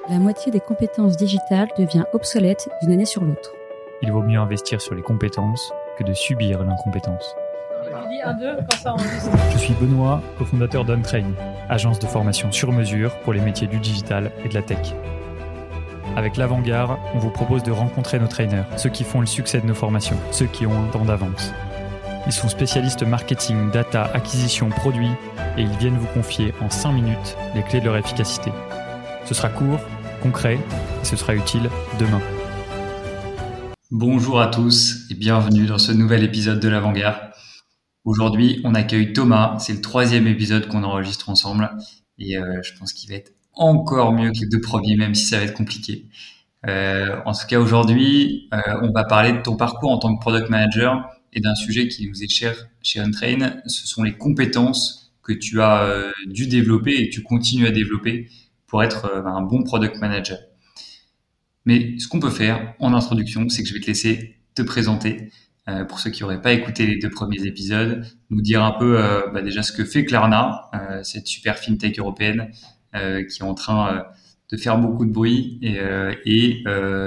La moitié des compétences digitales devient obsolète d'une année sur l'autre. Il vaut mieux investir sur les compétences que de subir l'incompétence. Tu dis 1, 2, quand ça enregistre. Je suis Benoît, cofondateur d'OnTrain, agence de formation sur mesure pour les métiers du digital et de la tech. Avec l'Avant-Garde, on vous propose de rencontrer nos trainers, ceux qui font le succès de nos formations, ceux qui ont un temps d'avance. Ils sont spécialistes marketing, data, acquisition, produits et ils viennent vous confier en 5 minutes les clés de leur efficacité. Ce sera court, concret et ce sera utile demain. Bonjour à tous et bienvenue dans ce nouvel épisode de l'Avant-Garde. Aujourd'hui, on accueille Thomas. C'est le 3e épisode qu'on enregistre ensemble et je pense qu'il va être encore mieux que les 2 premiers, même si ça va être compliqué. En tout cas, aujourd'hui, on va parler de ton parcours en tant que product manager et d'un sujet qui nous est cher chez OnTrain. Ce sont les compétences que tu as dû développer et que tu continues à développer pour être un bon product manager. Mais ce qu'on peut faire en introduction, c'est que je vais te laisser te présenter pour ceux qui n'auraient pas écouté les 2 premiers épisodes, nous dire un peu déjà ce que fait Klarna, cette super fintech européenne qui est en train de faire beaucoup de bruit et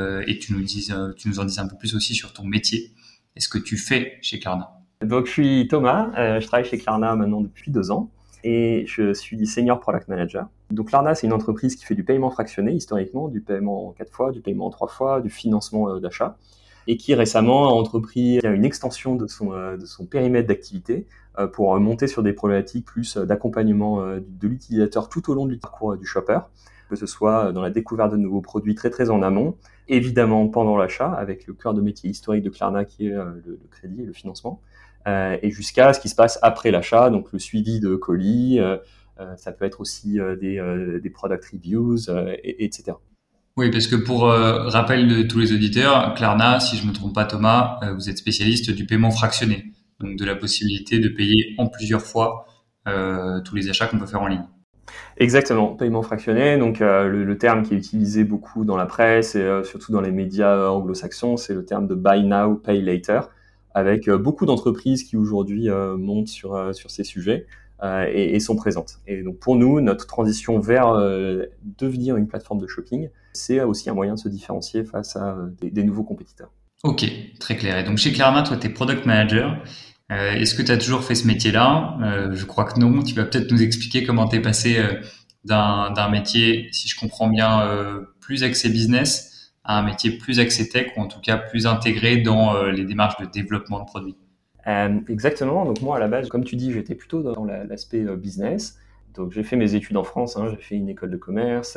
tu nous en dises un peu plus aussi sur ton métier et ce que tu fais chez Klarna. Donc je suis Thomas, je travaille chez Klarna maintenant depuis 2 ans et je suis senior product manager. Donc Klarna, c'est une entreprise qui fait du paiement fractionné historiquement, du paiement en 4 fois, du paiement en 3 fois, du financement d'achat, et qui récemment a entrepris une extension de son périmètre d'activité pour monter sur des problématiques plus d'accompagnement de l'utilisateur tout au long du parcours du shopper, que ce soit dans la découverte de nouveaux produits très en amont, évidemment pendant l'achat, avec le cœur de métier historique de Klarna qui est le crédit et le financement, et jusqu'à ce qui se passe après l'achat, donc le suivi de colis, ça peut être aussi des product reviews, etc. Oui, parce que pour rappel de tous les auditeurs, Klarna, si je me trompe pas Thomas, vous êtes spécialiste du paiement fractionné, donc de la possibilité de payer en plusieurs fois tous les achats qu'on peut faire en ligne. Exactement, paiement fractionné, donc le terme qui est utilisé beaucoup dans la presse et surtout dans les médias anglo-saxons, c'est le terme de buy now, pay later, avec beaucoup d'entreprises qui aujourd'hui montent sur ces sujets et sont présentes. Et donc pour nous, notre transition vers devenir une plateforme de shopping, c'est aussi un moyen de se différencier face à des nouveaux compétiteurs. Ok, très clair. Et donc chez Klarna, toi, tu es product manager. Est-ce que tu as toujours fait ce métier-là ? Je crois que non. Tu vas peut-être nous expliquer comment tu es passé d'un métier, si je comprends bien, plus axé business à un métier plus axé tech ou en tout cas plus intégré dans les démarches de développement de produits. Exactement. Donc moi, à la base, comme tu dis, j'étais plutôt dans l'aspect business. Donc j'ai fait mes études en France, j'ai fait une école de commerce.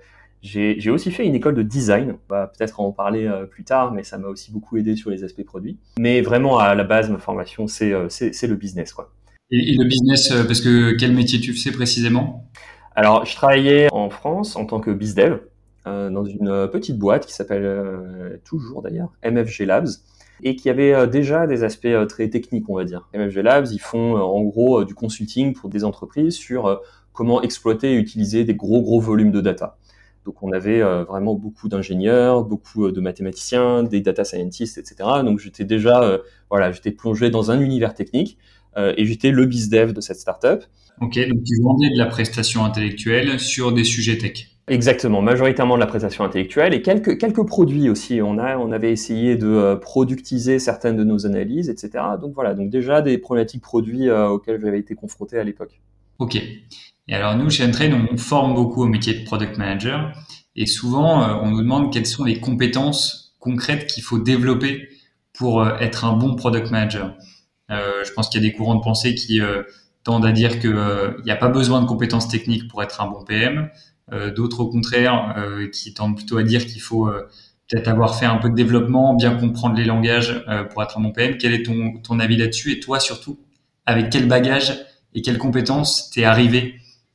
J'ai aussi fait une école de design. On va peut-être en parler plus tard, mais ça m'a aussi beaucoup aidé sur les aspects produits. Mais vraiment, à la base, ma formation, c'est le business, quoi. Et le business, parce que quel métier tu faisais précisément ? Alors, je travaillais en France en tant que BizDev dans une petite boîte qui s'appelle toujours d'ailleurs MFG Labs et qui avait déjà des aspects très techniques, on va dire. MFG Labs, ils font en gros du consulting pour des entreprises sur comment exploiter et utiliser des gros volumes de data. Donc on avait vraiment beaucoup d'ingénieurs, beaucoup de mathématiciens, des data scientists, etc. Donc j'étais déjà, j'étais plongé dans un univers technique et j'étais le bizdev de cette startup. Ok, donc tu vendais de la prestation intellectuelle sur des sujets tech. Exactement, majoritairement de la prestation intellectuelle et quelques produits aussi. On avait essayé de productiser certaines de nos analyses, etc. Donc voilà, donc déjà des problématiques produits auxquelles j'avais été confronté à l'époque. Ok. Et alors nous, chez OnTrain, on forme beaucoup au métier de product manager et souvent, on nous demande quelles sont les compétences concrètes qu'il faut développer pour être un bon product manager. Je pense qu'il y a des courants de pensée qui tendent à dire qu'il n'y a pas besoin de compétences techniques pour être un bon PM. D'autres, au contraire, qui tendent plutôt à dire qu'il faut peut-être avoir fait un peu de développement, bien comprendre les langages pour être un bon PM. Quel est ton avis là-dessus ? Et toi, surtout, avec quel bagage et quelles compétences t'es arrivé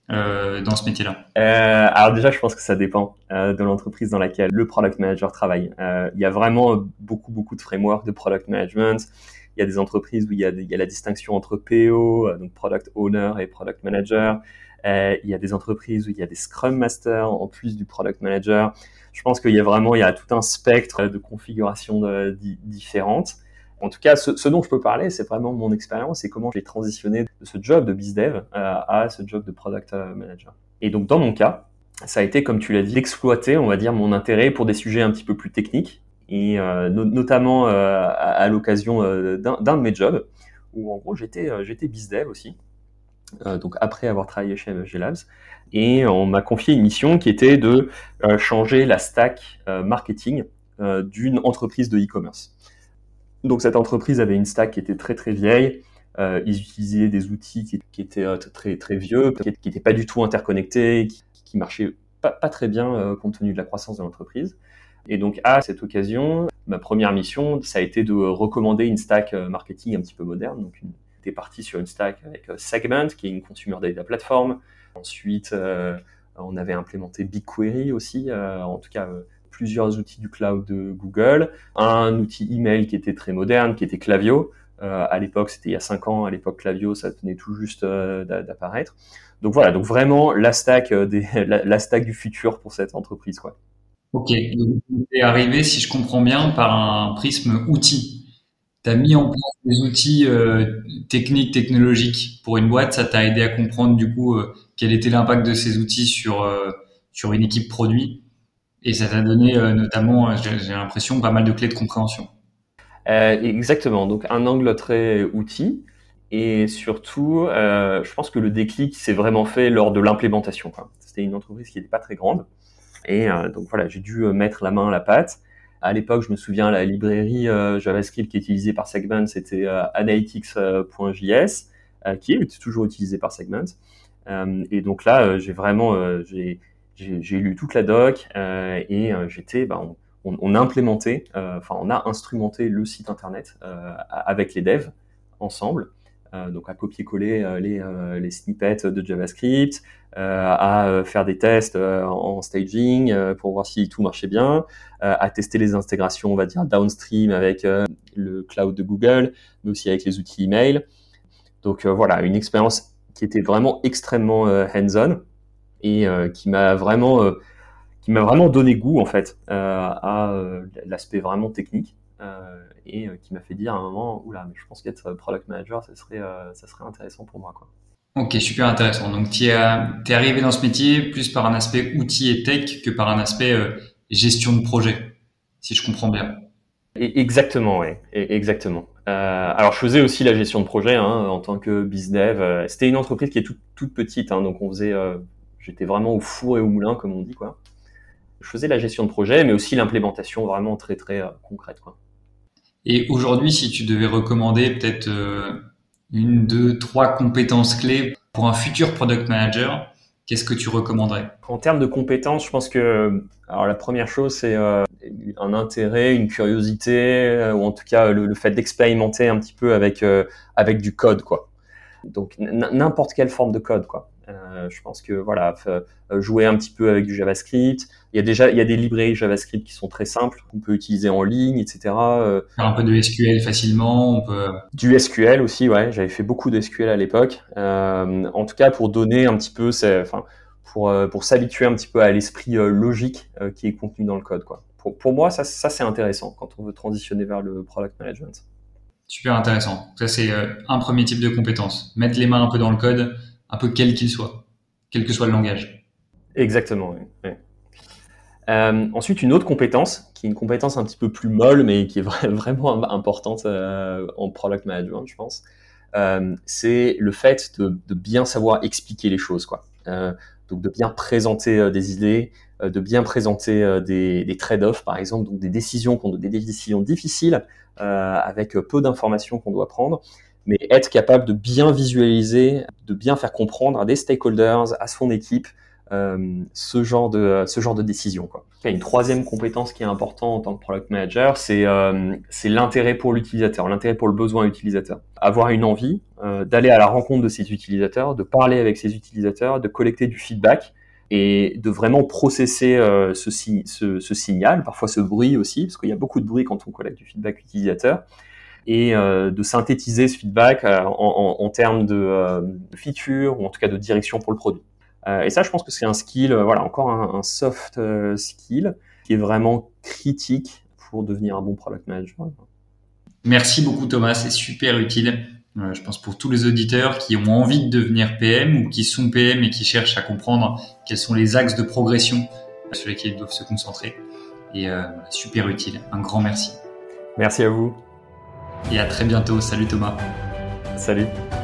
dans ce métier-là ? Alors déjà, je pense que ça dépend de l'entreprise dans laquelle le product manager travaille. Il y a vraiment beaucoup de frameworks de product management. Il y a des entreprises où il y a la distinction entre PO, donc product owner et product manager. Il y a des entreprises où il y a des scrum masters en plus du product manager. Je pense qu'il y a tout un spectre de configurations différentes. En tout cas, ce dont je peux parler, c'est vraiment mon expérience et comment j'ai transitionné de ce job de bizdev à ce job de product manager. Et donc, dans mon cas, ça a été, comme tu l'as dit, d'exploiter, on va dire, mon intérêt pour des sujets un petit peu plus techniques, et notamment à l'occasion d'un de mes jobs, où en gros j'étais BizDev aussi, donc après avoir travaillé chez MFG Labs, et on m'a confié une mission qui était de changer la stack marketing d'une entreprise de e-commerce. Donc cette entreprise avait une stack qui était très très vieille. Ils utilisaient des outils qui étaient très très vieux, qui n'étaient pas du tout interconnectés, qui marchaient pas très bien compte tenu de la croissance de l'entreprise. Et donc à cette occasion, ma première mission, ça a été de recommander une stack marketing un petit peu moderne. Donc j'étais parti sur une stack avec Segment, qui est une consumer data platform. Ensuite, on avait implémenté BigQuery aussi, en tout cas plusieurs outils du cloud de Google, un outil email qui était très moderne, qui était Klaviyo. À l'époque, c'était il y a 5 ans, à l'époque Klaviyo, ça tenait tout juste d'apparaître. Donc voilà, donc vraiment la stack la stack du futur pour cette entreprise, quoi. Ok, donc tu es arrivé, si je comprends bien, par un prisme outil. Tu as mis en place des outils techniques, technologiques pour une boîte, ça t'a aidé à comprendre du coup quel était l'impact de ces outils sur une équipe produit, et ça t'a donné notamment, j'ai l'impression, pas mal de clés de compréhension. Exactement, donc un angle très outil, et surtout, je pense que le déclic s'est vraiment fait lors de l'implémentation, quoi. C'était une entreprise qui n'était pas très grande, et donc voilà, j'ai dû mettre la main à la pâte. À l'époque, je me souviens, la librairie JavaScript qui est utilisée par Segment, c'était analytics.js, qui est toujours utilisée par Segment. Et donc là, j'ai lu toute la doc, et on a implémenté, on a instrumenté le site internet avec les devs ensemble. Donc à copier-coller les snippets de JavaScript, à faire des tests en staging pour voir si tout marchait bien, à tester les intégrations, on va dire, downstream avec le cloud de Google, mais aussi avec les outils email. Donc voilà, une expérience qui était vraiment extrêmement hands-on, et qui m'a vraiment donné goût en fait à l'aspect vraiment technique, et qui m'a fait dire à un moment, oula, mais je pense qu'être product manager, ça serait intéressant pour moi, quoi. Ok, super intéressant. Donc, t'es arrivé dans ce métier plus par un aspect outil et tech que par un aspect gestion de projet, si je comprends bien. Exactement, oui, exactement. Alors, je faisais aussi la gestion de projet en tant que bizdev. C'était une entreprise qui est toute petite, donc j'étais vraiment au four et au moulin, comme on dit, quoi. Je faisais la gestion de projet, mais aussi l'implémentation vraiment très très concrète, quoi. Et aujourd'hui, si tu devais recommander peut-être 1, 2, 3 compétences clés pour un futur product manager, qu'est-ce que tu recommanderais? En termes de compétences, je pense que la première chose, c'est un intérêt, une curiosité, ou en tout cas le fait d'expérimenter un petit peu avec du code, quoi. Donc n'importe quelle forme de code, quoi. Je pense que voilà, jouer un petit peu avec du JavaScript. Il y a des librairies JavaScript qui sont très simples, qu'on peut utiliser en ligne, etc. Faire un peu de SQL facilement, Du SQL aussi, ouais. J'avais fait beaucoup de SQL à l'époque. En tout cas, pour donner un petit peu, pour s'habituer un petit peu à l'esprit logique qui est contenu dans le code, quoi. Pour moi, ça c'est intéressant quand on veut transitionner vers le product management. Super intéressant. Ça, c'est un premier type de compétence. Mettre les mains un peu dans le code, un peu quel qu'il soit, quel que soit le langage. Exactement, oui. Ensuite, une autre compétence, qui est une compétence un petit peu plus molle, mais qui est vraiment importante en product management, je pense, c'est le fait de bien savoir expliquer les choses, quoi. Donc de bien présenter des idées, de bien présenter des trade-offs, par exemple, donc des décisions difficiles avec peu d'informations qu'on doit prendre, mais être capable de bien visualiser, de bien faire comprendre à des stakeholders, à son équipe, ce genre de décision, quoi. Il y a une troisième compétence qui est importante en tant que product manager, c'est l'intérêt pour l'utilisateur, l'intérêt pour le besoin utilisateur. Avoir une envie d'aller à la rencontre de ces utilisateurs, de parler avec ces utilisateurs, de collecter du feedback et de vraiment processer ce signal, parfois ce bruit aussi, parce qu'il y a beaucoup de bruit quand on collecte du feedback utilisateur, et de synthétiser ce feedback en termes de feature ou en tout cas de direction pour le produit. Et ça, je pense que c'est un skill, encore un soft skill qui est vraiment critique pour devenir un bon product manager. Merci beaucoup Thomas, c'est super utile. Je pense pour tous les auditeurs qui ont envie de devenir PM ou qui sont PM et qui cherchent à comprendre quels sont les axes de progression sur lesquels ils doivent se concentrer. Et super utile. Un grand merci. Merci à vous. Et à très bientôt. Salut Thomas. Salut.